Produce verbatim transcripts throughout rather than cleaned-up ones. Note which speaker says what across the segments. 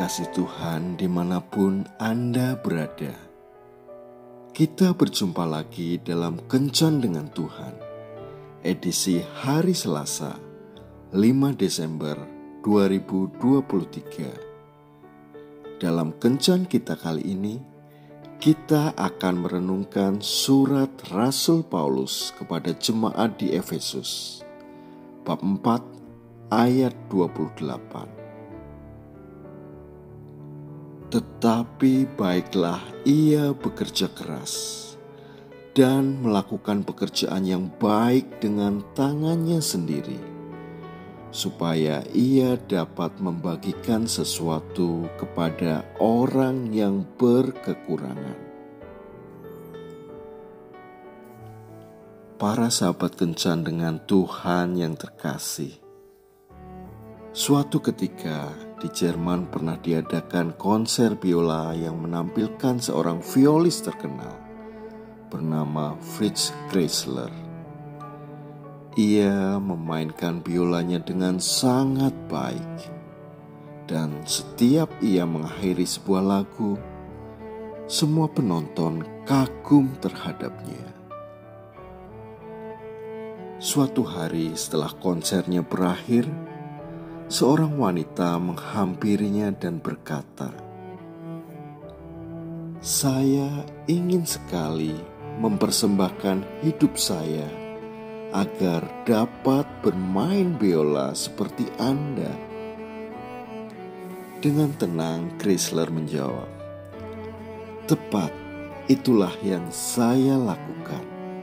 Speaker 1: kasih Tuhan dimanapun Anda berada. Kita berjumpa lagi dalam Kencan dengan Tuhan, edisi hari Selasa, lima Desember dua ribu dua puluh tiga. Dalam Kencan kita kali ini, kita akan merenungkan surat Rasul Paulus kepada jemaat di Efesus, bab empat ayat dua puluh delapan. Tetapi baiklah ia bekerja keras dan melakukan pekerjaan yang baik dengan tangannya sendiri, supaya ia dapat membagikan sesuatu kepada orang yang berkekurangan. Para sahabat Kencan dengan Tuhan yang terkasih, suatu ketika di Jerman pernah diadakan konser biola yang menampilkan seorang violis terkenal bernama Fritz Kreisler. Ia memainkan biolanya dengan sangat baik, dan setiap ia mengakhiri sebuah lagu, semua penonton kagum terhadapnya. Suatu hari setelah konsernya berakhir, seorang wanita menghampirinya dan berkata, "Saya ingin sekali mempersembahkan hidup saya agar dapat bermain biola seperti Anda." Dengan tenang Kreisler menjawab, "Tepat, itulah yang saya lakukan."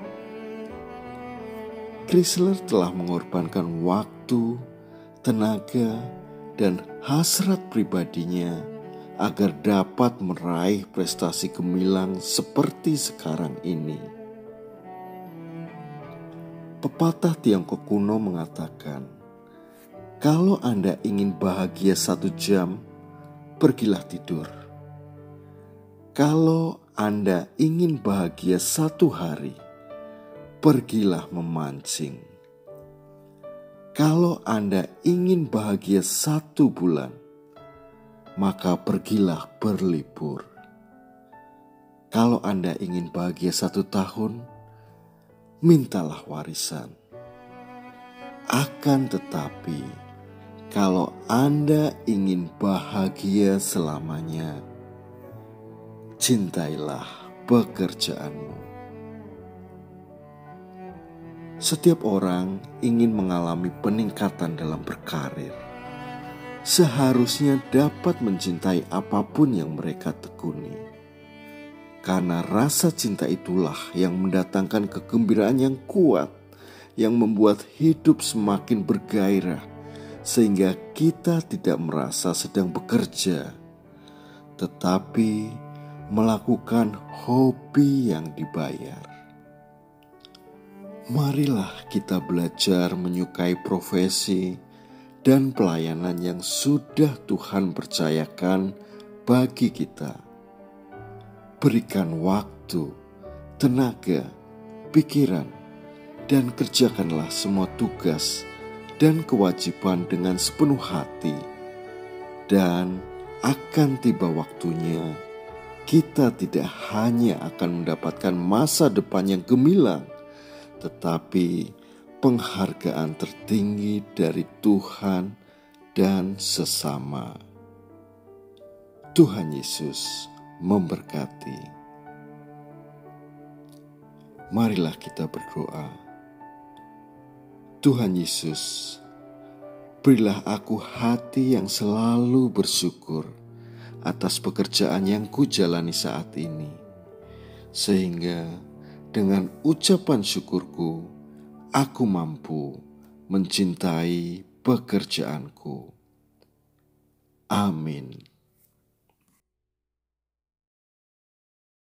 Speaker 1: Kreisler telah mengorbankan waktu, tenaga, dan hasrat pribadinya agar dapat meraih prestasi gemilang seperti sekarang ini. Pepatah Tiongkok kuno mengatakan, kalau Anda ingin bahagia satu jam, pergilah tidur. Kalau Anda ingin bahagia satu hari, pergilah memancing. Kalau Anda ingin bahagia satu bulan, maka pergilah berlibur. Kalau Anda ingin bahagia satu tahun, mintalah warisan. Akan tetapi, kalau Anda ingin bahagia selamanya, cintailah pekerjaanmu. Setiap orang ingin mengalami peningkatan dalam berkarir. Seharusnya dapat mencintai apapun yang mereka tekuni. Karena rasa cinta itulah yang mendatangkan kegembiraan yang kuat, yang membuat hidup semakin bergairah, sehingga kita tidak merasa sedang bekerja, tetapi melakukan hobi yang dibayar. Marilah kita belajar menyukai profesi dan pelayanan yang sudah Tuhan percayakan bagi kita. Berikan waktu, tenaga, pikiran, dan kerjakanlah semua tugas dan kewajiban dengan sepenuh hati. Dan akan tiba waktunya, kita tidak hanya akan mendapatkan masa depan yang gemilang, tetapi penghargaan tertinggi dari Tuhan dan sesama. Tuhan Yesus memberkati. Marilah kita berdoa. Tuhan Yesus, berilah aku hati yang selalu bersyukur atas pekerjaan yang kujalani saat ini, sehingga dengan ucapan syukurku, aku mampu mencintai pekerjaanku. Amin.